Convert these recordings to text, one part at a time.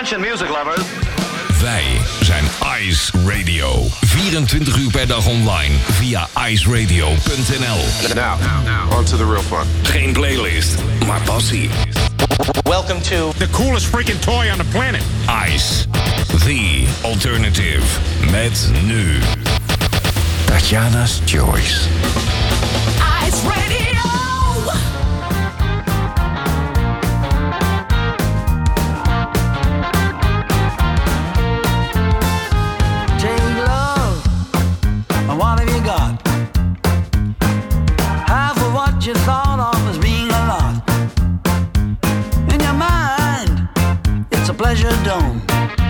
Attention music lovers. Wij zijn Ice Radio. 24 uur per dag online via iceradio.nl. Now, on to the real fun. Geen playlist, maar passie. Welcome to the coolest freaking toy on the planet. Ice, the alternative. Met nu Tatjana's Choice. Ice Radio. You thought of as being a lot. In your mind, it's a pleasure dome.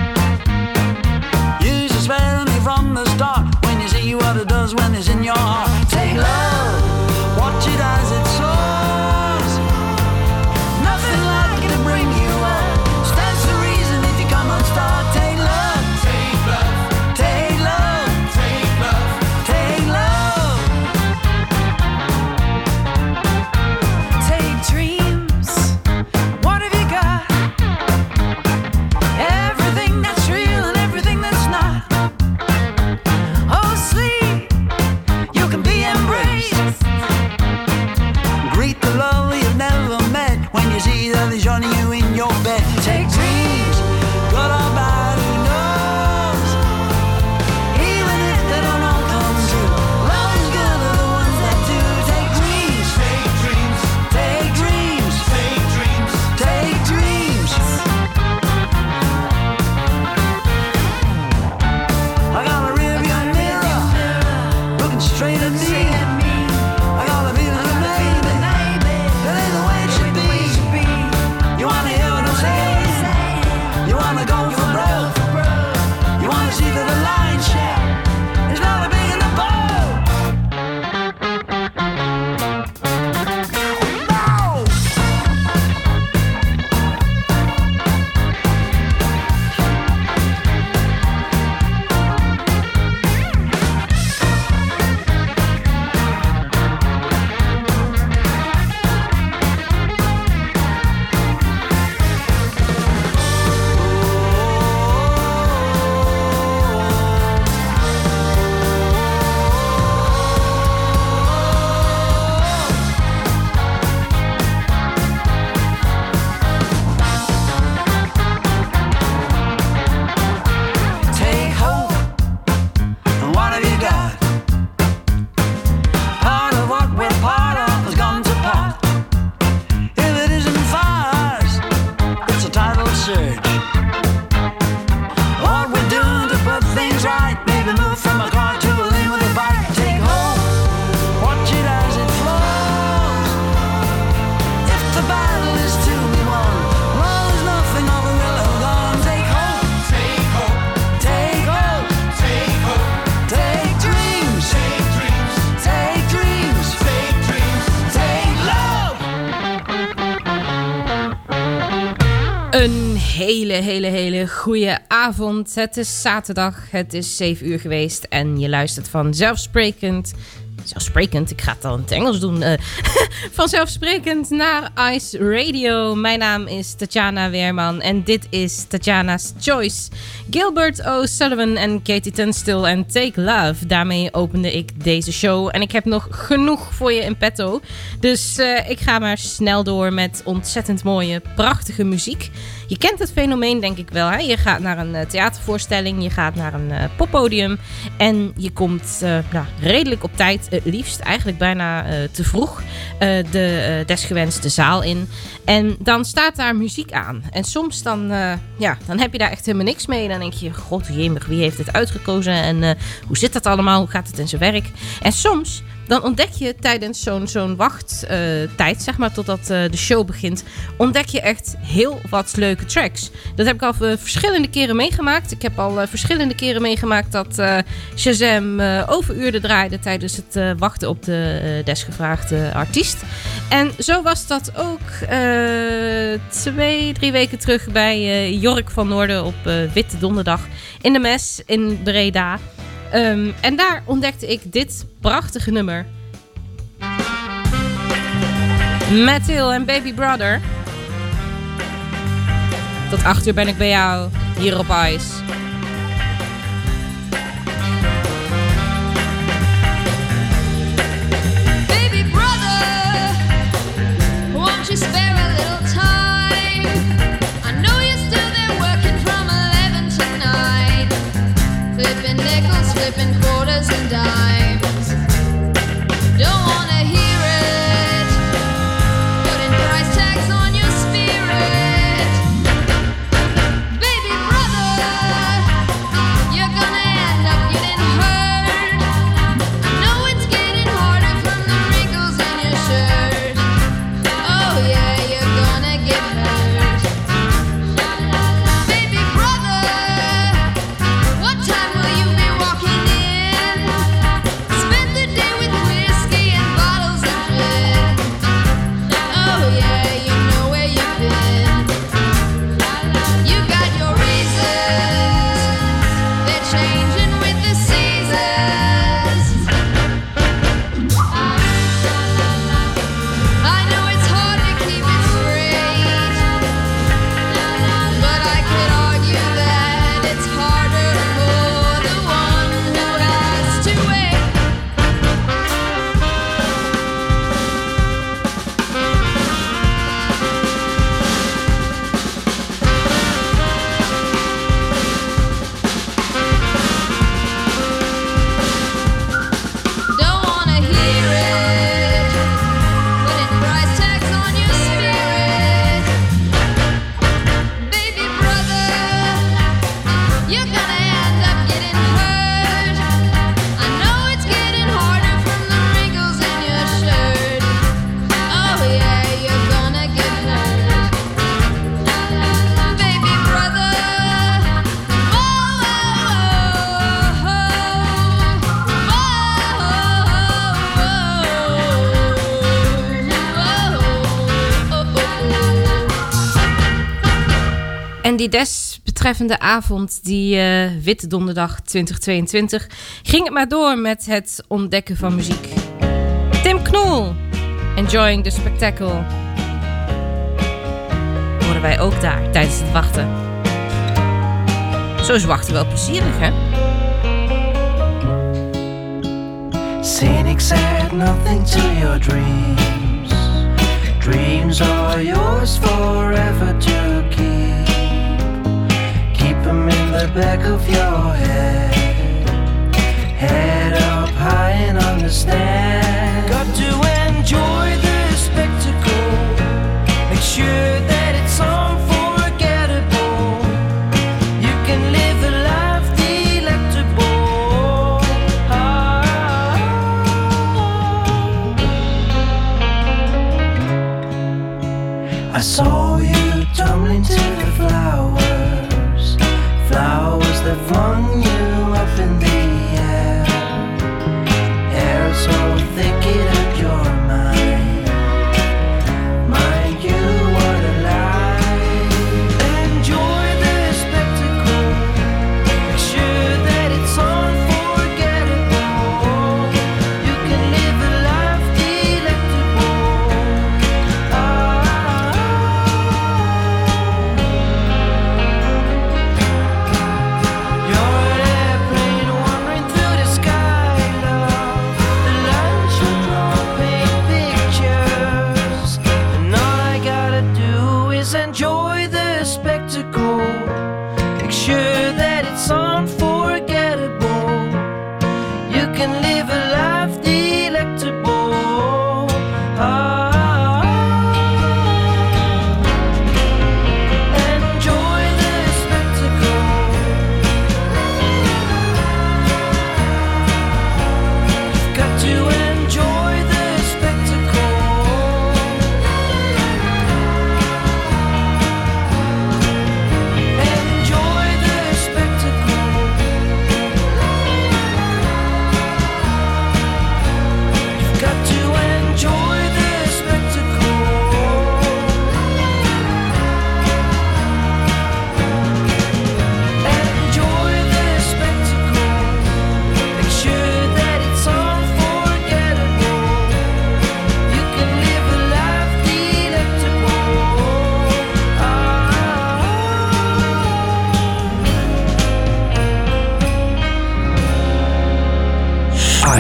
You suspect me from the start when you see what it does when it's in your heart. Take love, watch it as it soars. Nothing like it to bring you up. Stands to reason if you come and start. Take love, take love, take love, take love, take love. Joining you in your bed. Take dreams, good or bad, who knows? Even if they don't all come true, love is good are the ones that do. Take dreams, take dreams, take dreams, take dreams, take dreams. I got a rearview mirror looking straight at me. I got a feeling of baby, that ain't the way it should be. You wanna hear what I'm saying? You wanna go for broke? You wanna see that the lion's share is not a big enough boat? No! Hele goede avond. Het is zaterdag, het is 7 uur geweest en je luistert vanzelfsprekend, ik ga het al in het Engels doen, vanzelfsprekend naar Ice Radio. Mijn naam is Tatjana Weerman en dit is Tatjana's Choice. Gilbert O'Sullivan en Katie Tunstall en Take Love. Daarmee opende ik deze show en ik heb nog genoeg voor je in petto. Dus ik ga maar snel door met ontzettend mooie, prachtige muziek. Je kent het fenomeen denk ik wel. Hè? Je gaat naar een theatervoorstelling, je gaat naar een poppodium en je komt redelijk op tijd, het liefst eigenlijk bijna te vroeg, de desgewenste zaal in. En dan staat daar muziek aan. En soms dan heb je daar echt helemaal niks mee. Dan denk je, god jemig, wie heeft dit uitgekozen? En hoe zit dat allemaal? Hoe gaat het in zijn werk? En soms dan ontdek je tijdens zo'n wachttijd, zeg maar, totdat de show begint, ontdek je echt heel wat leuke tracks. Dat heb ik al verschillende keren meegemaakt. Ik heb al verschillende keren meegemaakt dat Shazam overuren draaide tijdens het wachten op de desgevraagde artiest. En zo was dat ook 2-3 weken terug bij Jork van Noorden op Witte Donderdag in de Mes in Breda. En daar ontdekte ik dit prachtige nummer. Matt Hill en Baby Brother. Tot 8 uur ben ik bij jou, hier op Ice. Baby brother, won't you spare a little time? I know you're still there working from 11 to 9, flipping nickels, flipping quarters and dimes. Don't wanna hear it, putting price tags on your spirit. Baby brother, you're gonna end up getting hurt. I know it's getting harder from the wrinkles in your shirt. Oh yeah, you're gonna get hurt. Baby brother, what time will you be walking in? Spend the day with whiskey and bottles of gin. Oh yeah, you know where you've been. You got your reasons, they're changing with the seasons. I know it's hard to keep it straight, but I could argue that it's harder for the one who has to wait. Don't wanna hear it, putting price tags on your spirit. Baby brother, you're gonna end up getting hurt. I know it's getting harder from the wrinkles in your shirt. Oh yeah, you're gonna get hurt. Baby brother, En die desbetreffende avond, die Witte Donderdag 2022, ging het maar door met het ontdekken van muziek. Tim Knol, Enjoying the Spectacle. Hoorden wij ook daar tijdens het wachten. Zo is wachten wel plezierig, hè? Cynics add nothing to your dreams. Dreams are yours forever to keep. Keep them in the back of your head. Head up high and understand. Got to enjoy the spectacle. Make sure that it's unforgettable. You can live a life delectable. I saw you tumbling to the flowers, flowers that flung you up in the air so thick it up your mind. Mind you, what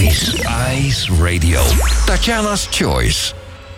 Ice Radio. Tatjana's Choice.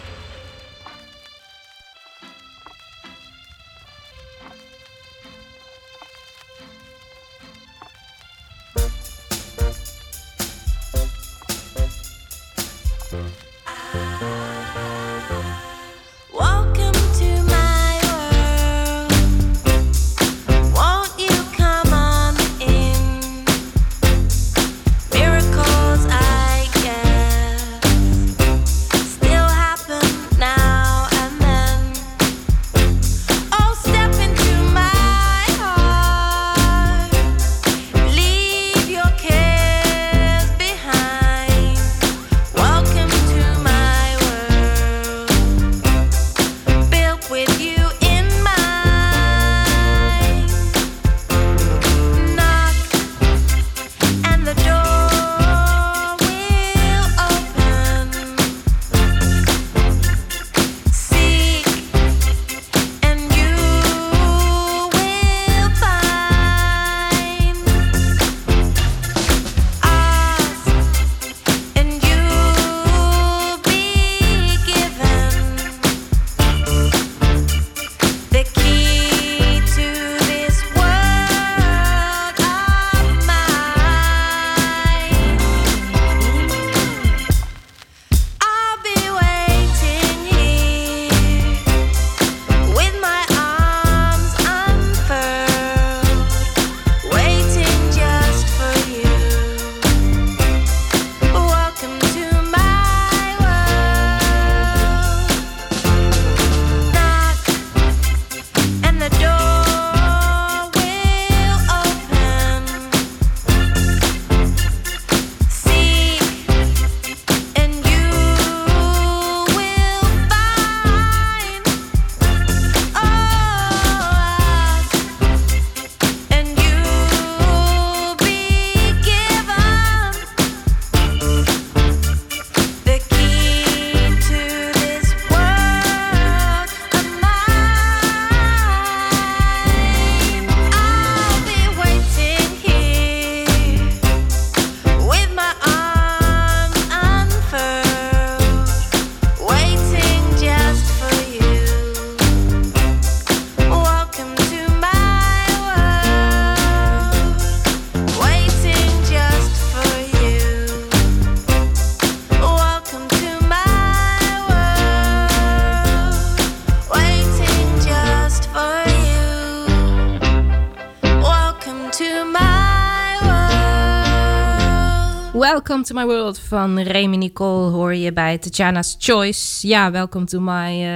Welcome to my world van Remy Nicole hoor je bij Tatjana's Choice. Ja, welcome to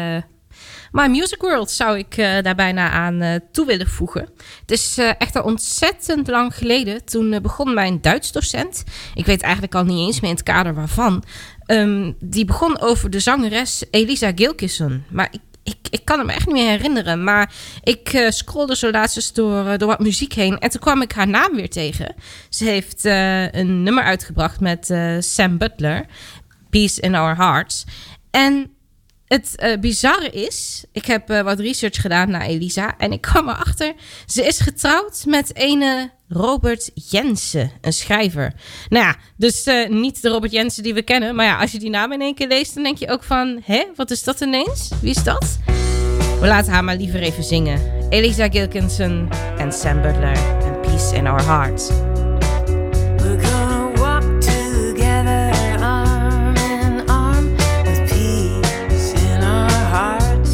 my music world zou ik daar bijna aan toe willen voegen. Het is echt al ontzettend lang geleden. Toen begon mijn Duits docent. Ik weet eigenlijk al niet eens meer in het kader waarvan. Die begon over de zangeres Elisa Gilkison. Maar ik kan hem echt niet meer herinneren. Maar ik scrollde zo laatst eens door wat muziek heen. En toen kwam ik haar naam weer tegen. Ze heeft een nummer uitgebracht met Sam Butler. Peace in Our Hearts. En het bizarre is... Ik heb wat research gedaan naar Elisa. En ik kwam erachter... Ze is getrouwd met ene Robert Jensen. Een schrijver. Nou ja, dus niet de Robert Jensen die we kennen. Maar ja, als je die naam in één keer leest... Dan denk je ook van... Hè, wat is dat ineens? Wie is dat? We laten haar maar liever even zingen. Elisa Gilkison en Sam Butler. En Peace in Our Hearts. We're gonna walk together arm in arm with peace in our hearts.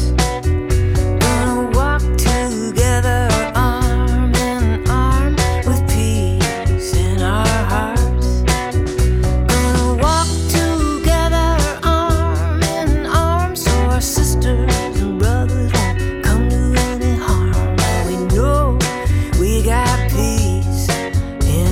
Gonna walk together arm in arm with peace in our hearts. Gonna walk together arm in arm so our sisters and brothers won't come to any harm. We know we got peace in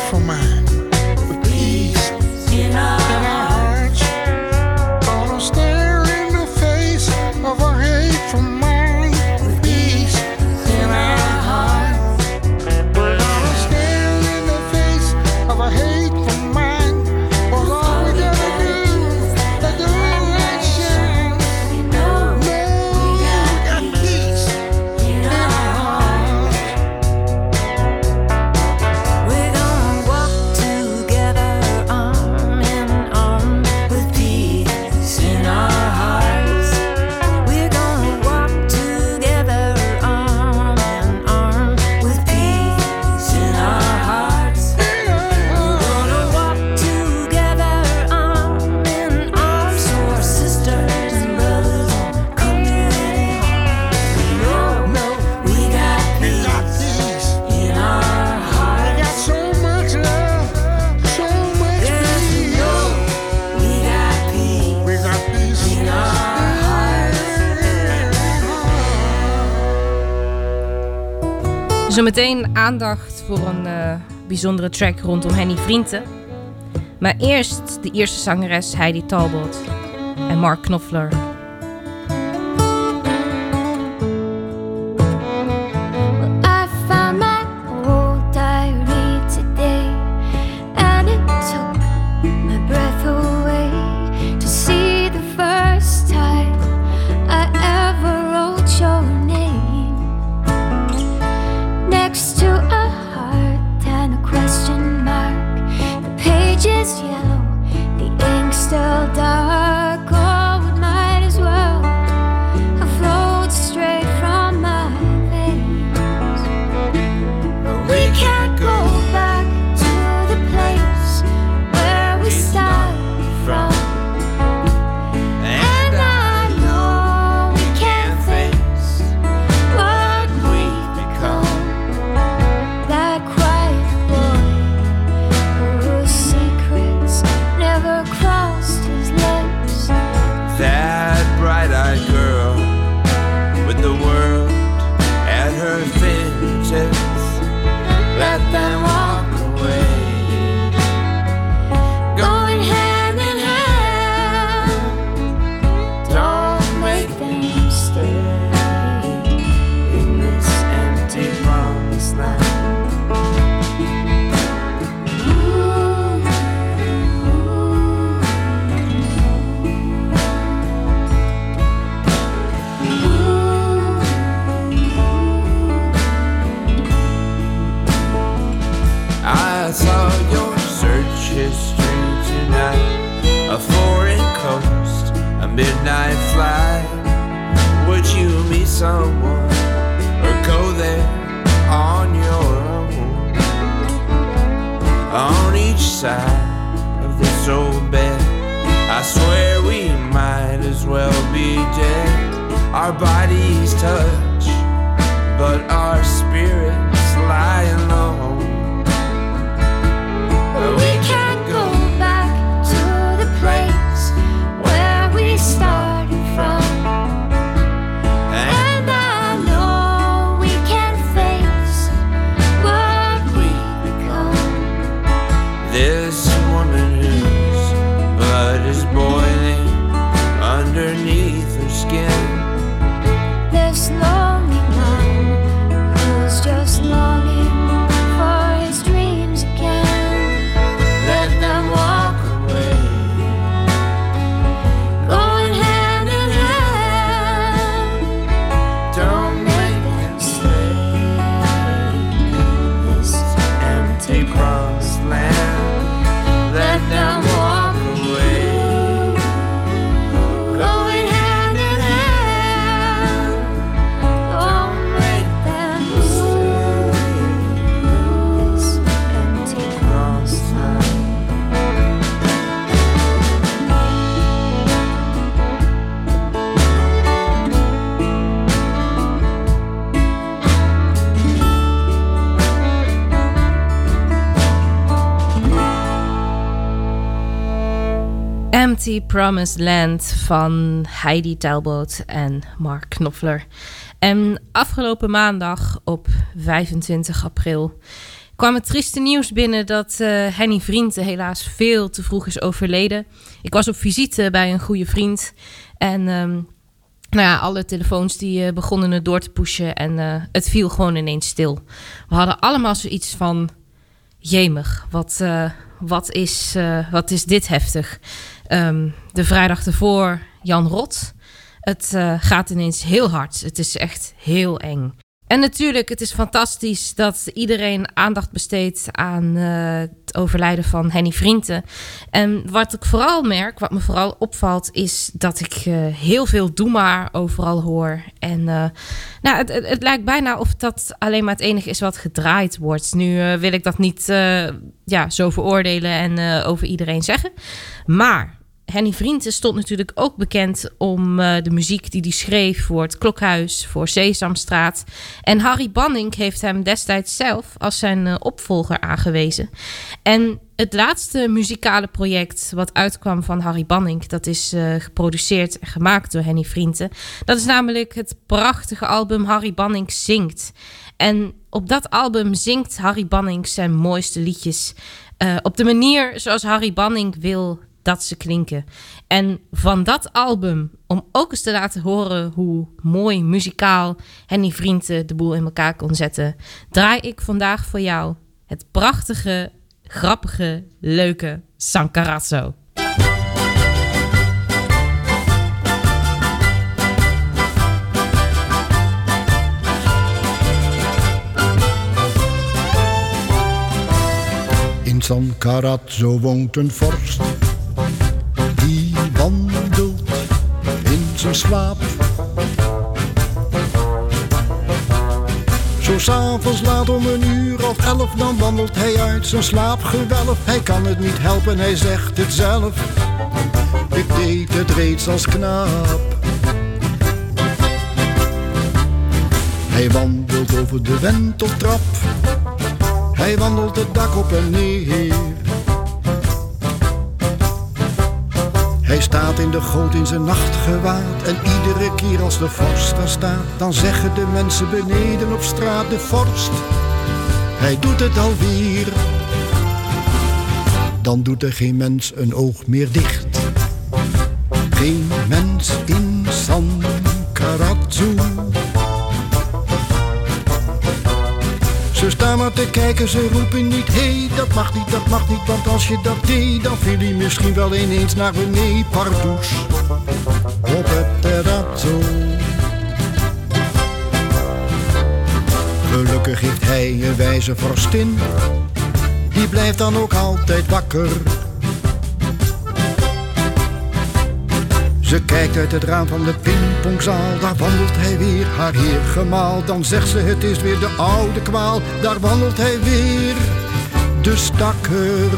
hateful mind. With peace in our hearts. Gonna stare in the face of a hateful mind. With peace in our hearts. We're gonna stare in the face of a hateful mind. Well, all we gotta do is do and shine. No, we got peace in our hearts. We're gonna walk together arm in arm with peace in our hearts. We're gonna walk together arm in arm with peace in our hearts. We're gonna walk together arm in arm so our sisters and brothers won't come near any harm. No, we got peace in our hearts. Got so much love, so much peace. We got peace We got peace in our hearts. Zometeen aandacht voor een bijzondere track rondom Henny Vrienden. Maar eerst de Ierse zangeres Heidi Talbot en Mark Knopfler. I found my old diary today, and it took my breath away to see the first time I ever wrote your name next to a heart and a question mark. The page is yellow, the ink still dark. Oh, it might as well have flowed straight from my veins. We can't go back to the place where we started from. And I know we can't face what we've become. That quiet boy whose secrets never crossed his lips. That bright-eyed girl with the world at her fingertips. Let them walk away, Going hand in hand. don't make them stay in this empty promised land. I saw your search history tonight, a foreign coast, a midnight flight. Would you meet someone or go there on your own? On each side of this old bed, I swear we might as well be dead. Our bodies touch, but our spirits lie alone. We can't go back to the place where we started from. And I know we can't face what we've become. This woman whose blood is boiling underneath her skin. This lonely man who's just longing for his dreams again. Let them walk away, Going hand in hand. don't make them stay. This Empty promised land, let them walk away. going hand in hand. Don't make them stay. This empty Promised land. Empty Promised Land van Heidi Talbot en Mark Knopfler. En afgelopen maandag op 25 april kwam het trieste nieuws binnen dat Henny Vrienden helaas veel te vroeg is overleden. Ik was op visite bij een goede vriend. En alle telefoons die begonnen het door te pushen. En het viel gewoon ineens stil. We hadden allemaal zoiets van... Jemig, wat is dit heftig. De vrijdag ervoor, Jan Rot. Het gaat ineens heel hard. Het is echt heel eng. En natuurlijk, het is fantastisch dat iedereen aandacht besteedt aan het overlijden van Henny Vrienden. En wat ik vooral merk, wat me vooral opvalt, is dat ik heel veel doe maar overal hoor. En het lijkt bijna of dat alleen maar het enige is wat gedraaid wordt. Nu wil ik dat niet zo veroordelen en over iedereen zeggen. Maar... Henny Vrienden stond natuurlijk ook bekend om de muziek die hij schreef voor het Klokhuis, voor Sesamstraat. En Harry Banning heeft hem destijds zelf als zijn opvolger aangewezen. En het laatste muzikale project wat uitkwam van Harry Banning, dat is geproduceerd en gemaakt door Henny Vrienden. Dat is namelijk het prachtige album Harry Banning Zingt. En op dat album zingt Harry Banning zijn mooiste liedjes op de manier zoals Harry Banning wil dat ze klinken. En van dat album, om ook eens te laten horen hoe mooi muzikaal Henny Vrienden de boel in elkaar kon zetten, draai ik vandaag voor jou het prachtige, grappige, leuke Sankarazzo. In Sankarazzo woont een vorst. Die wandelt in zijn slaap. Zo 's avonds laat om 11:00, dan wandelt hij uit zijn slaapgewelf. Hij kan het niet helpen, hij zegt het zelf. Ik deed het reeds als knaap. Hij wandelt over de wenteltrap. Hij wandelt het dak op en neer. Hij staat in de goot in zijn nachtgewaad. En iedere keer als de vorst daar staat, dan zeggen de mensen beneden op straat: de vorst, hij doet het alweer. Dan doet er geen mens een oog meer dicht. Geen mens in Sankarazzo. Ze staan maar te kijken, ze roepen niet: hé, dat mag niet, dat mag niet. Want als je dat deed, dan viel hij misschien wel ineens naar beneden. Pardoes, op het terrazzo. Gelukkig heeft hij een wijze vorstin. Die blijft dan ook altijd wakker. Ze kijkt uit het raam van de pingpongzaal. Daar wandelt hij weer, haar heer gemaal. Dan zegt ze: het is weer de oude kwaal. Daar wandelt hij weer, de stakker.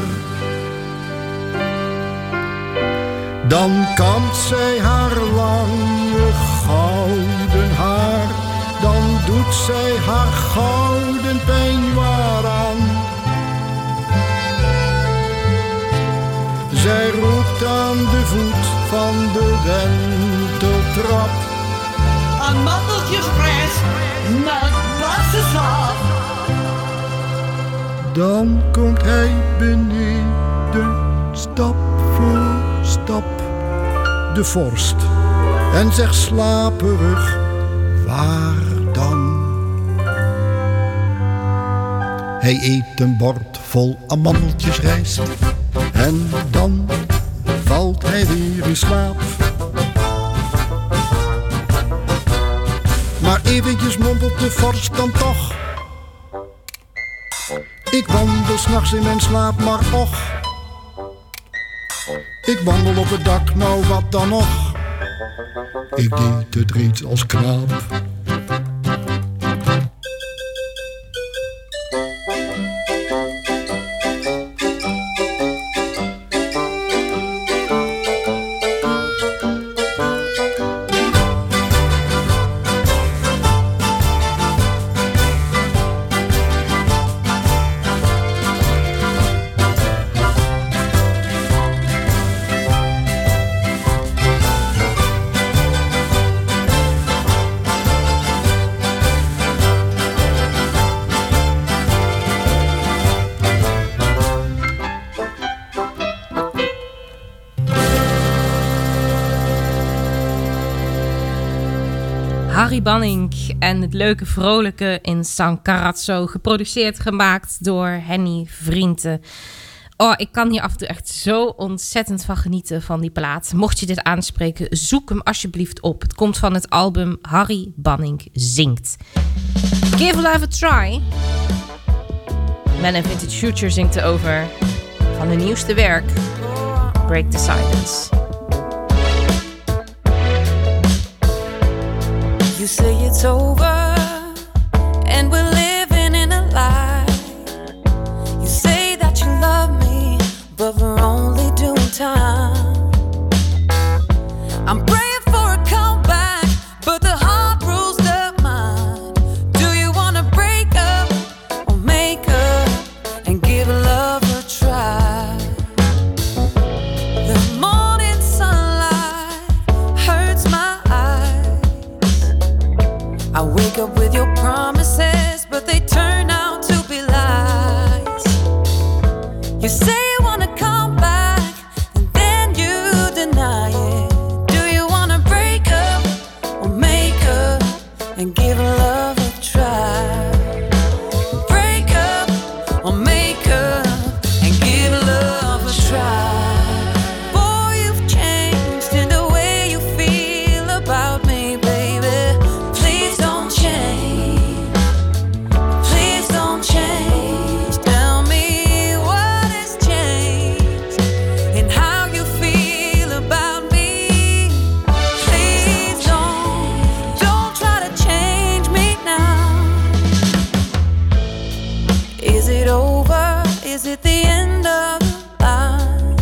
Dan kamt zij haar lange gouden haar. Dan doet zij haar gouden peignoir aan. Zij roept aan de voet van de wenteltrap: een mandeltjesfles met bassensaap. Dan komt hij beneden, stap voor stap, de vorst, en zegt slaperig: waar dan? Hij eet een bord vol amandeltjesrijst. En dan valt hij weer in slaap. Maar eventjes mompelt de vorst dan toch: ik wandel 's nachts in mijn slaap, maar och, ik wandel op het dak, nou wat dan nog. Ik deed het reeds als knaap. Harry Banning en het leuke vrolijke in San Carazzo. Geproduceerd, gemaakt door Henny Vrienden. Oh, ik kan hier af en toe echt zo ontzettend van genieten van die plaat. Mocht je dit aanspreken, zoek hem alsjeblieft op. Het komt van het album Harry Banning Zingt. Give Love a Try. Man in Vintage Future zingt erover van hun nieuwste werk. Break the Silence. You say it's over and we're living in a lie. You say that you love me, but we're only doing time. I'm praying for a comeback, but the heart rules the mind. Do you wanna break up or make up and give love a try? The morning sunlight hurts my eyes. I wake up with your promises, but they turn out to be lies. You say you wanna come back, and then you deny it. Do you wanna break up or make up and give love a try? Break up or make up and give love a try. Boy, you've changed in the way you feel about me, baby. Please don't change. Please don't change. Tell me what has changed and how you feel about me. Please don't try to change me now. Is it over? Is it the end of the line?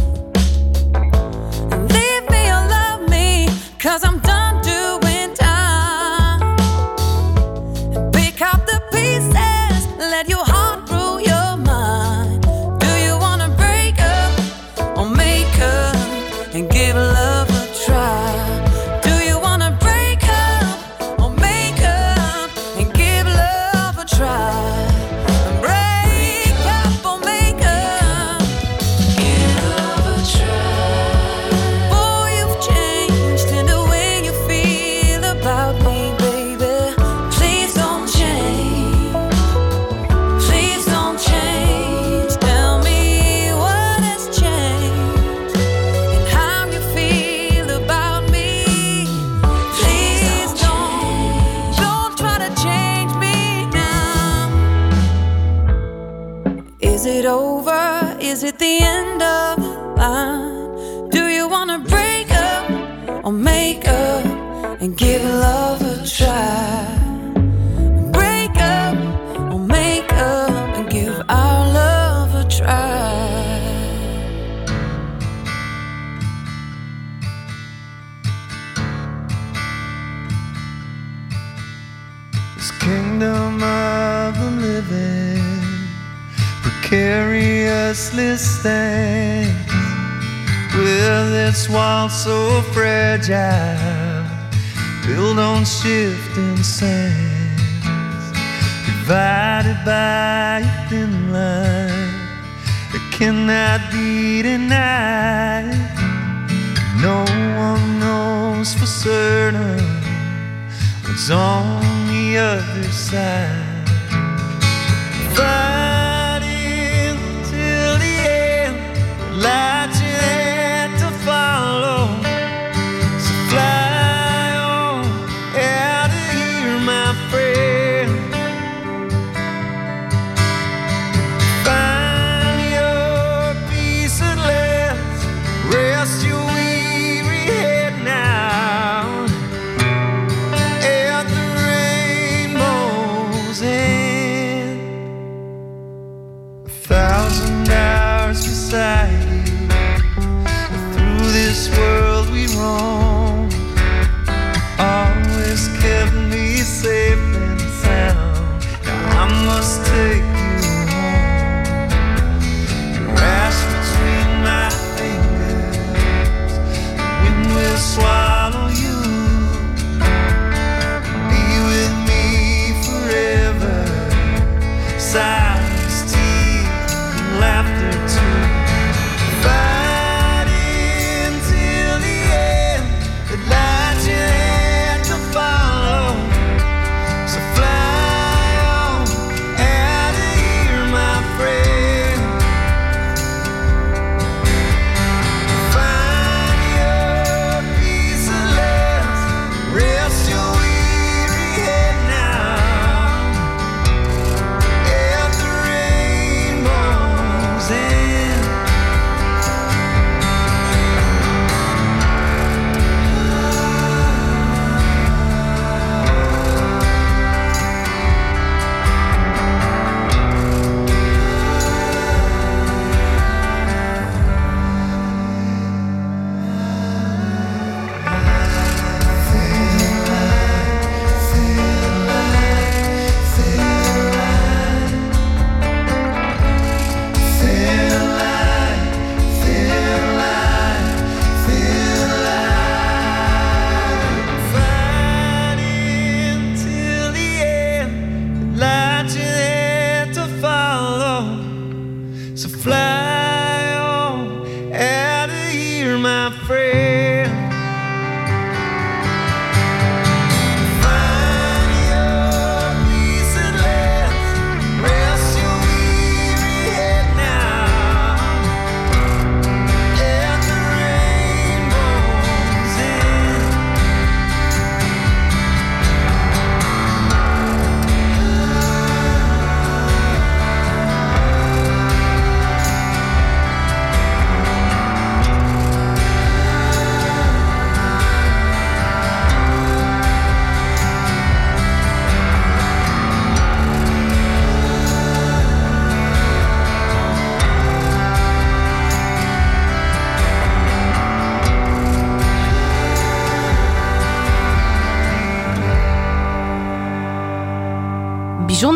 Leave me or love me, 'cause I'm done doing time. Pick up the pieces, let your heart rule your mind. Do you wanna break up or make up and give love a try? Do you wanna break up or make up and give love a try? Break up or make up, give love a try. Boy, you've changed in the way you feel about me, baby. Please don't change. Please don't change. Tell me what has changed and how you feel about me. Please don't try to change me now. Is it over? Is it the end of the line? Do you wanna break up or make up and give love a try? Break up or make up and give our love a try. This kingdom of the living precariously stands with its walls so fragile, built on shifting sands, divided by a thin line that cannot be denied. No one knows for certain what's on the other side. Fighting till the end, light you had to follow. So fly on out of here, my friend. Find your peace at last, rest your weary head now. At the rainbow's end, 1,000 hours beside you. Through this world we roam, always kept me safe and sound. Now I must take you home. Crash between my fingers, the wind will swallow you. Be with me forever. Silence, tears, and laughter too. Fighting till the end, the light you had to follow.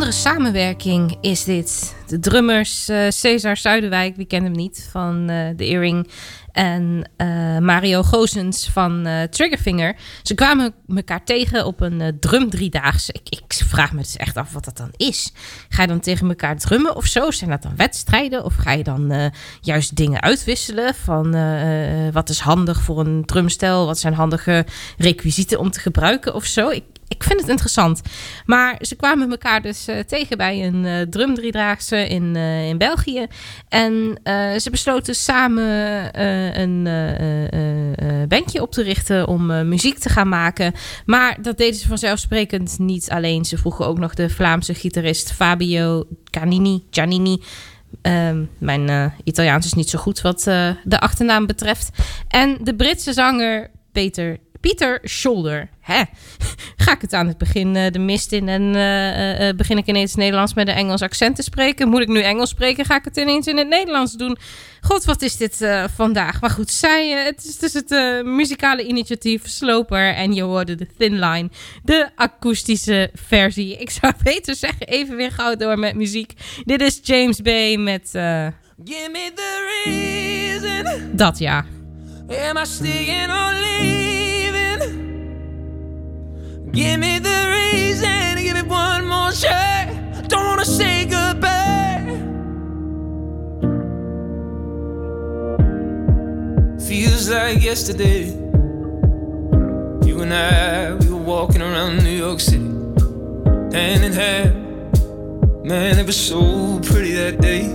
bijzondere samenwerking is dit. De drummers Cesar Zuiderwijk, wie kent hem niet, van The Earring. En Mario Gozens van Triggerfinger. Ze kwamen elkaar tegen op een drum-driedaagse. Ik vraag me dus echt af wat dat dan is. Ga je dan tegen elkaar drummen of zo? Zijn dat dan wedstrijden? Of ga je dan juist dingen uitwisselen? Van wat is handig voor een drumstel? Wat zijn handige requisieten om te gebruiken of zo? Ik vind het interessant. Maar ze kwamen elkaar dus tegen bij een drum-driedaagse in België. En ze besloten samen een bandje op te richten om muziek te gaan maken. Maar dat deden ze vanzelfsprekend niet alleen. Ze vroegen ook nog de Vlaamse gitarist Fabio Giannini. Mijn Italiaans is niet zo goed wat de achternaam betreft. En de Britse zanger Peter Scholder. Ga ik het aan het begin de mist in en begin ik ineens Nederlands met een Engels accent te spreken? Moet ik nu Engels spreken? Ga ik het ineens in het Nederlands doen? God, wat is dit vandaag? Maar goed, het is dus het muzikale initiatief Sloper en je hoorde de Thin Line, de akoestische versie. Ik zou beter zeggen, even weer gauw door met muziek. Dit is James Bay met... Give me the reason. Dat ja. Am I staying or leaving? Give me the reason, give it one more shot. Don't wanna say goodbye. Feels like yesterday. You and I, we were walking around New York City, hand in hand. Man, it was so pretty that day.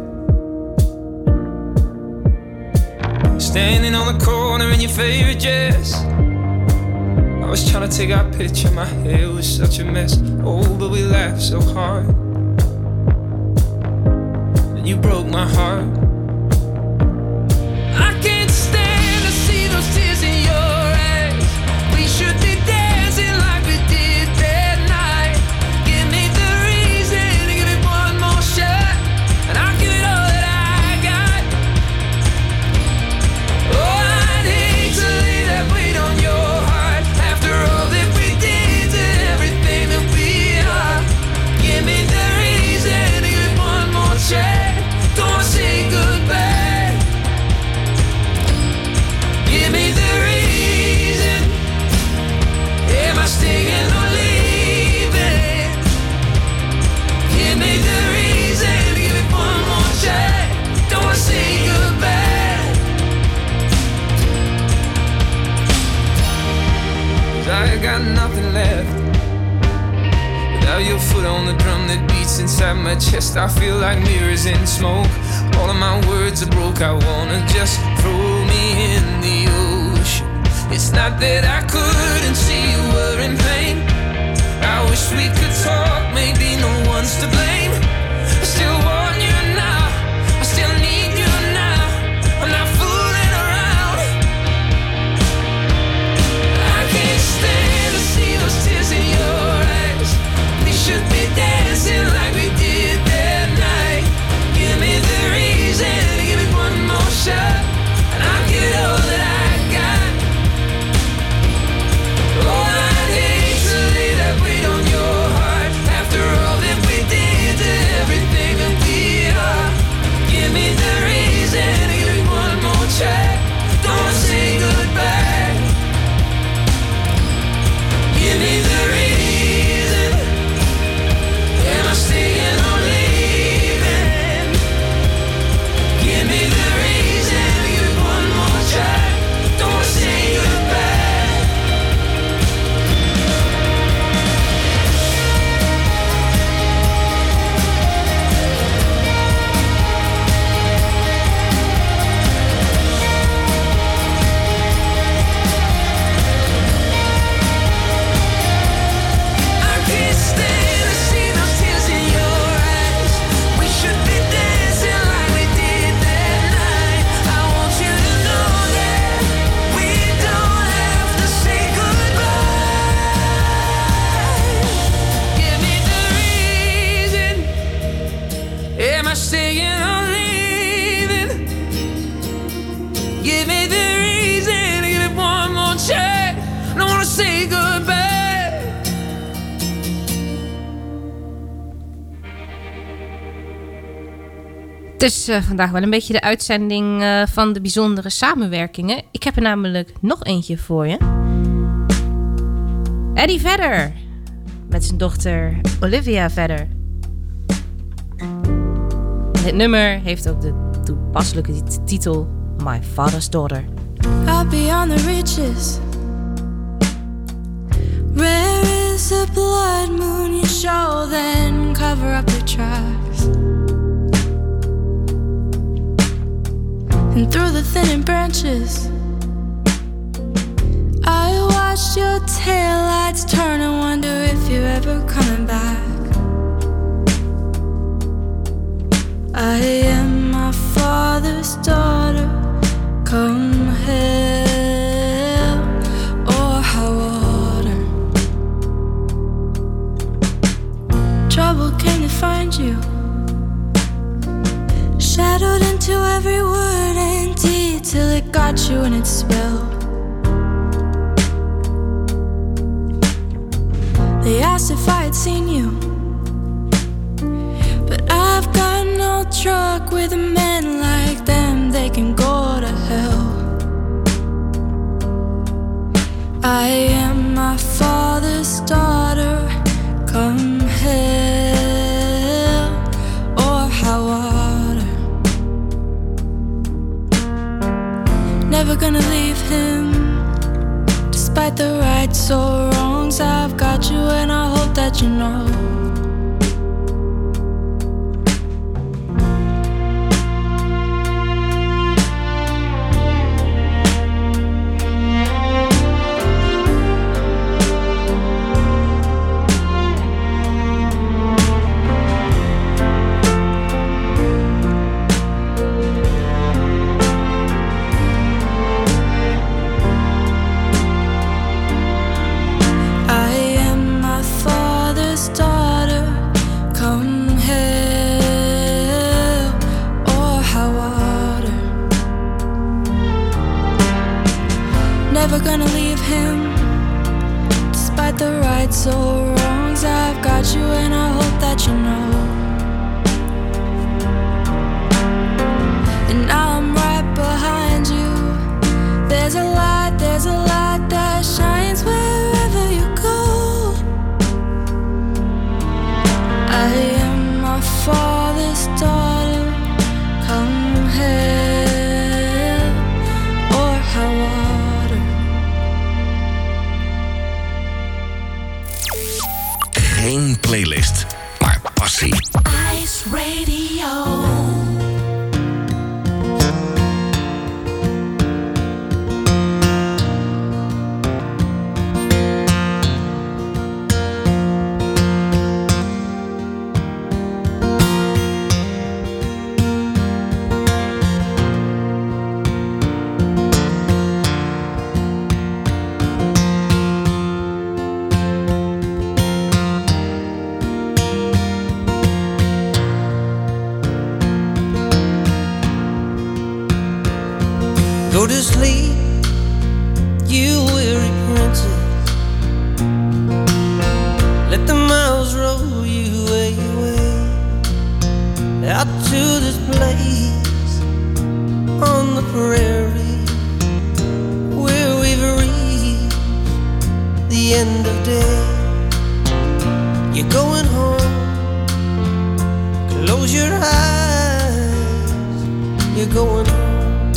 Standing on the corner in your favorite dress. I was trying to take our picture, my hair was such a mess. Oh, but we laughed so hard. And you broke my heart. I can't stand to see those tears in your eyes. We should be dancing like we did that night. Give me the reason, give it one more shot, and I'll give it all that I got. Oh, I'd hate to lay that weight on your heart. After all that we did to everything that we are. Give me the reason, give it one more shot. Don't wanna say goodbye. Give me the reason. Am I staying or leaving? Give me the reason, give it one more shot. Don't wanna say goodbye. 'Cause I got nothing left. Without your foot on the drum that beats inside my chest, I feel like mirrors in smoke. All of my words are broke, I wanna just throw me in the ocean. It's not that I couldn't see you were in pain. I wish we could talk, maybe no one's to blame. I still want you now, I still need you now. I'm not fooling around. I can't stand to see those tears in your eyes. We should be dancing like we did that night. Give me the reason, give me one more shot, and I'll give it all that I got. Oh, I'd hate to lay that weight on your heart. After all that we did to everything that we are. Give me the reason, give me one more try. Don't wanna say goodbye. Give me the reason. Am I staying or leaving? Give me the reason, give it one more try. Don't wanna say goodbye. I can't stand to see those tears in your eyes. We should be dancing like we did that night. I want you to know that we don't have to say goodbye. Give me the reason. Am I staying or leaving? Give me the reason, give it one more try. I don't wanna say goodbye. Het is vandaag wel een beetje de uitzending van de bijzondere samenwerkingen. Ik heb er namelijk nog eentje voor je. Eddie Vedder met zijn dochter Olivia Vedder. Dit nummer heeft ook de toepasselijke titel My Father's Daughter. Out beyond the reaches, rare is the blood moon you show, then cover up the tracks. And through the thinning branches, I watched your taillights turn and wonder if you're ever coming back. I am my father's daughter, come hell or high water. Trouble came to find you, shadowed into every word and deed till it got you in its spell. They asked if I had seen you, but I've got no truck with men like them, they can go to hell. I am my father's daughter, come hell or high water. Never gonna leave him, despite the rights or wrongs. I've got you and I hope that you know. Never gonna leave him, despite the rights or wrongs. I've got you and I hope that you know. And now I'm right behind you. There's a light that shines wherever you go. I am my father's daughter, come hell or high water. Geen playlist, maar passie. Ice Radio. Go to sleep, you weary princess. Let the miles roll you away out to this place on the prairie where we've reached the end of day. You're going home, close your eyes, you're going home.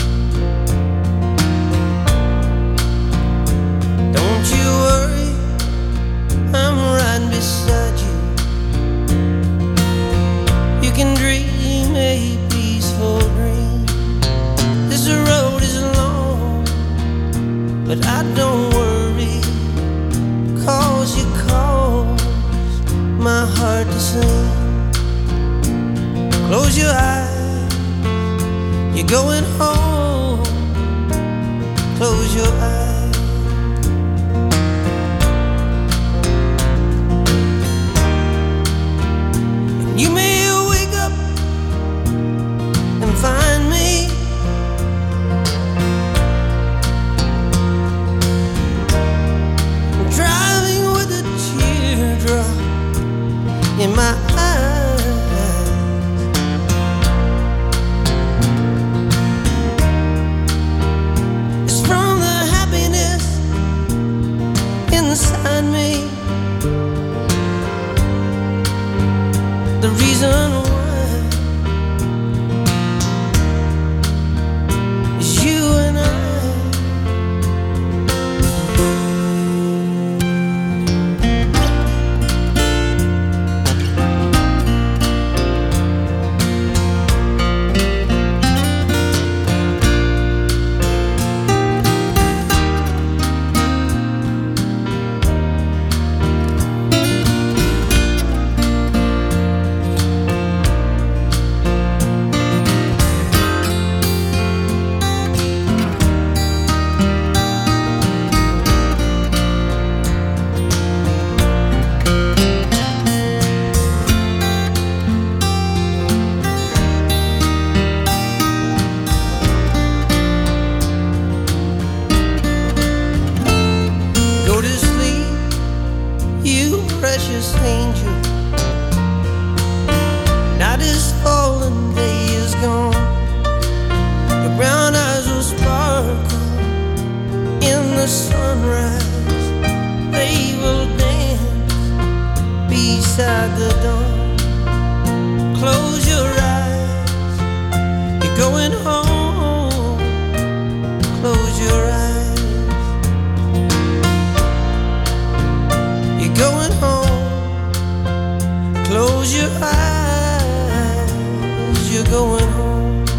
Don't you worry, I'm right beside you. You can dream a peaceful dream. This road is long, but I don't worry, 'cause you cause my heart to sing. Close your eyes, you're going home. Close your eyes. You may wake up and find me driving with a teardrop in my eyes. one day is gone. Your brown eyes will sparkle in the sunrise. They will dance beside the dawn. Close your eyes, you're going home. Close your eyes, you're going home. Close your eyes, you're going home.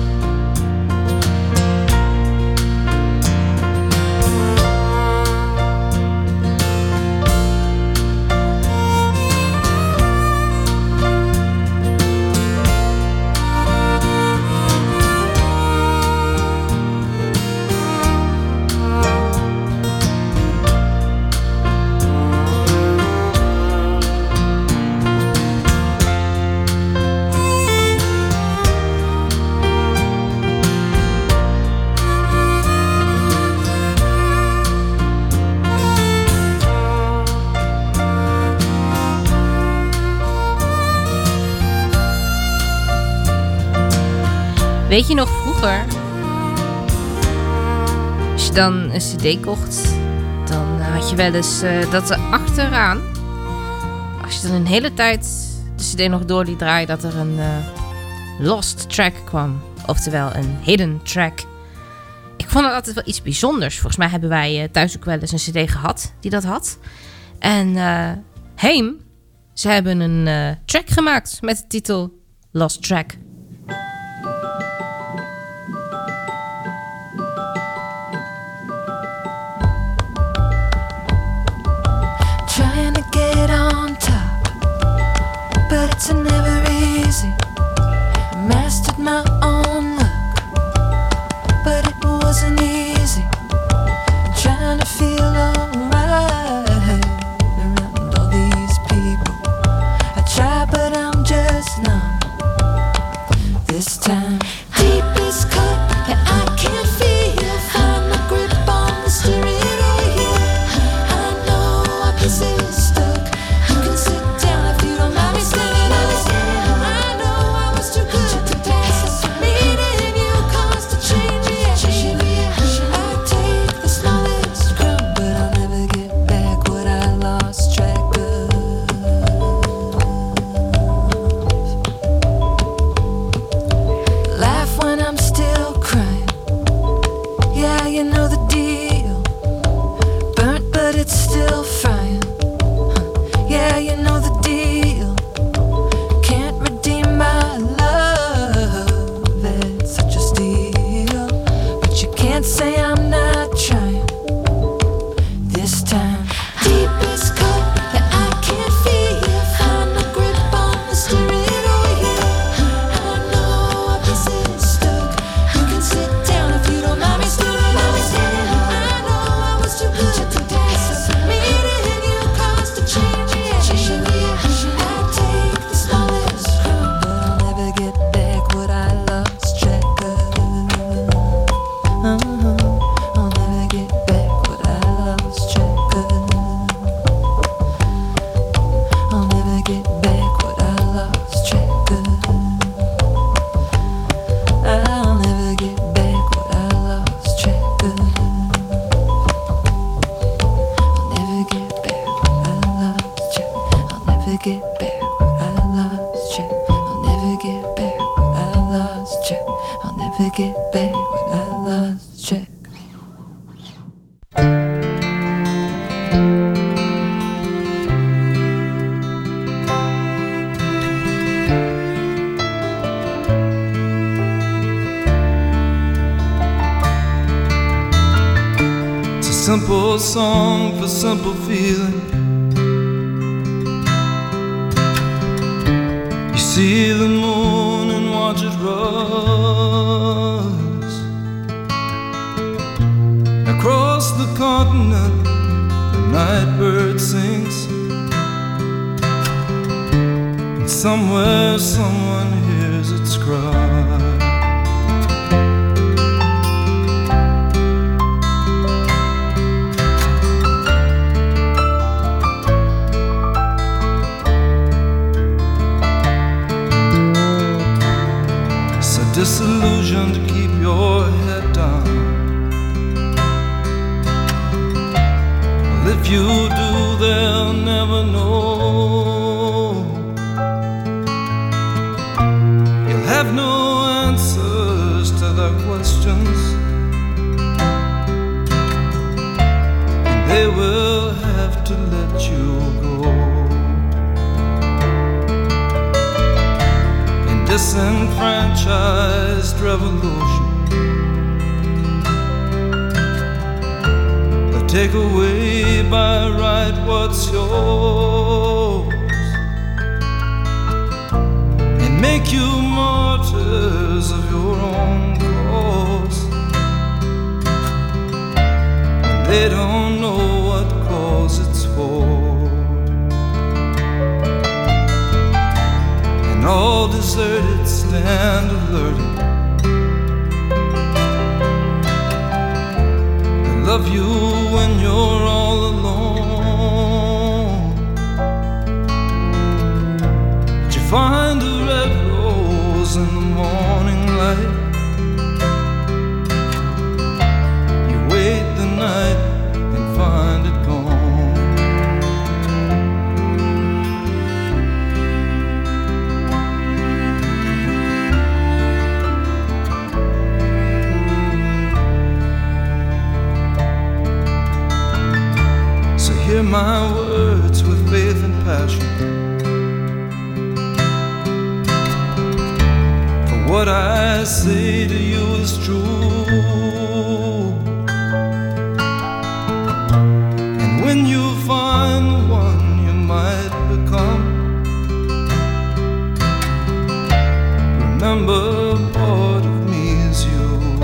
Weet je nog vroeger, als je dan een cd kocht, dan had je wel eens dat er achteraan, als je dan een hele tijd de cd nog door liet draaien, dat er een lost track kwam. Oftewel een hidden track. Ik vond dat altijd wel iets bijzonders. Volgens mij hebben wij thuis ook wel eens een cd gehad die dat had. En Heem, ze hebben een track gemaakt met de titel Lost Track. Trying to get on top, but it's never easy. I mastered my own luck, but it wasn't easy. I'm trying to feel alright around all these people. I try, but I'm just numb this time. Deepest cut, and I can't feel. Find my grip on the steering wheel. I know our place is stuck. You can sit down if you don't mind me standing up. I know I was too good to pass. Meeting you caused a chain reaction. I take the smallest crumb, but I'll never get back what I lost track of. Laugh when I'm still crying. Yeah, you know the deal. Burnt, but it's still frying. Yeah, you know the deal. Can't redeem my love. It's such a steal. But you can't say I'm not trying this time. Deepest cut that I can't feel. Find my grip on the steering wheel. I know our piece is stuck. You can sit down if you don't mind me standing up. I know I was too good to pass. Meeting you caused a chain reaction. I take the smallest crumb, but I'll never get back what I lost track of. I'll never get back what I lost track of. I'll never get back what I lost track of. I'll never get back what I lost track of. I'll never get back what I lost track. I'll never get back what I lost track. I'll never get back what I lost track. I'll never get back what I lost track. It's a simple song for simple feeling. You see the moon and watch it rise. Across the continent, the night bird sings. And somewhere someone hears its cry. disillusion to keep your head down. Well, if you do, they'll never know. You'll have no answers to their questions, and they will have to let you go. Disenfranchised revolution, they take away by right what's yours and make you martyrs of your own cause when they don't know what cause it's for. All deserted, stand alerted. They love you when you're all alone. But you find a red rose in the morning light. You wait the night and find it gone. Hear my words with faith and passion, for what I say to you is true. And when you find the one you might become, remember part of me is you.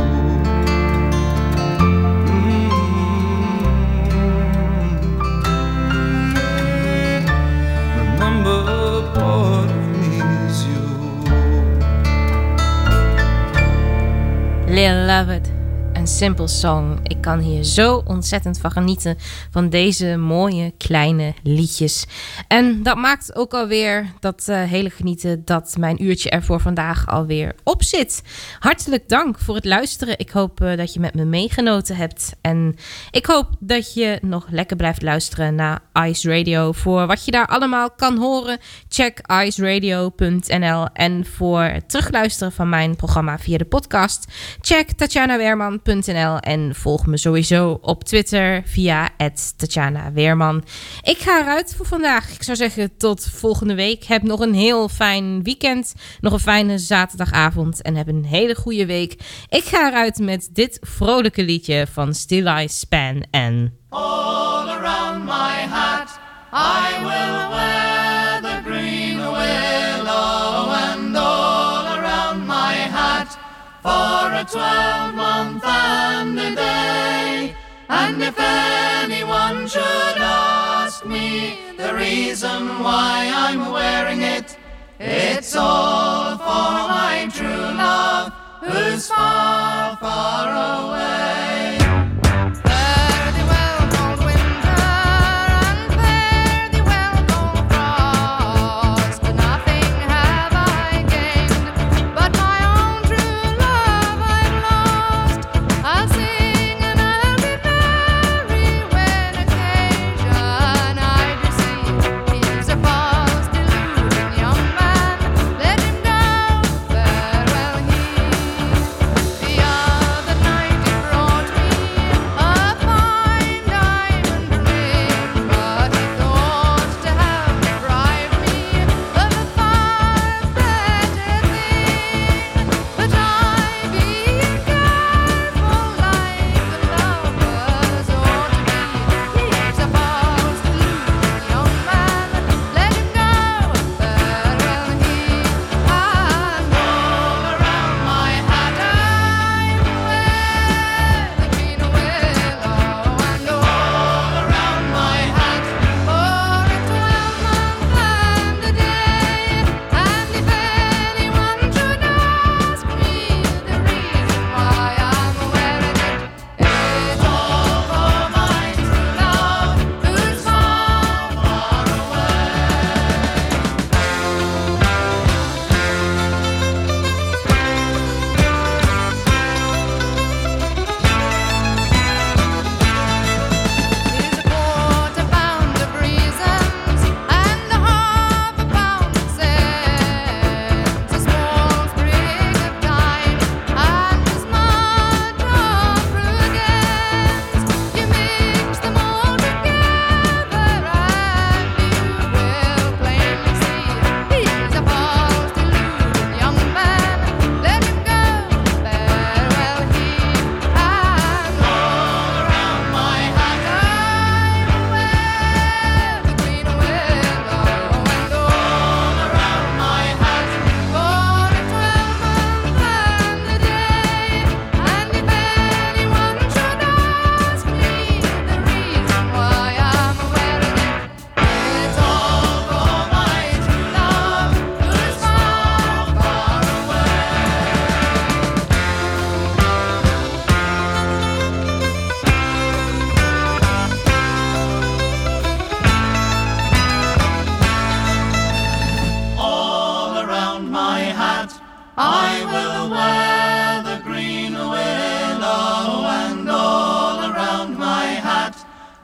Lil Lovett, een simpel song. Ik kan hier zo ontzettend van genieten van deze mooie kleine liedjes. En dat maakt ook alweer dat hele genieten dat mijn uurtje er voor vandaag alweer op zit. Hartelijk dank voor het luisteren. Ik hoop dat je met me meegenoten hebt. En ik hoop dat je nog lekker blijft luisteren naar Ice Radio. Voor wat je daar allemaal kan horen, check iceradio.nl. En voor het terugluisteren van mijn programma via de podcast, check tatjanaweerman.nl. En volg me sowieso op Twitter via @TatjanaWeerman. Ik ga eruit voor vandaag. Ik zou zeggen tot volgende week. Heb nog een heel fijn weekend. Nog een fijne zaterdagavond. En heb een hele goede week. Ik ga eruit met dit vrolijke liedje van Still I Span en... All around my hat I will wear the green willow, and all around my hat for a 12-month and a day. And if anyone should ask me the reason why I'm wearing it, it's all for my true love who's far, far away. Fare thee well, cold winter, and fare thee well, cold frost. Nothing have I gained, but my own true love I've lost. I'll sing and I'll be merry when occasion I do see. He's a false, deluding young man, let him go, farewell he.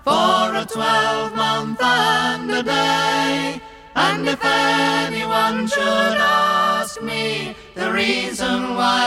for a 12-month and a day. And if anyone should ask me the reason why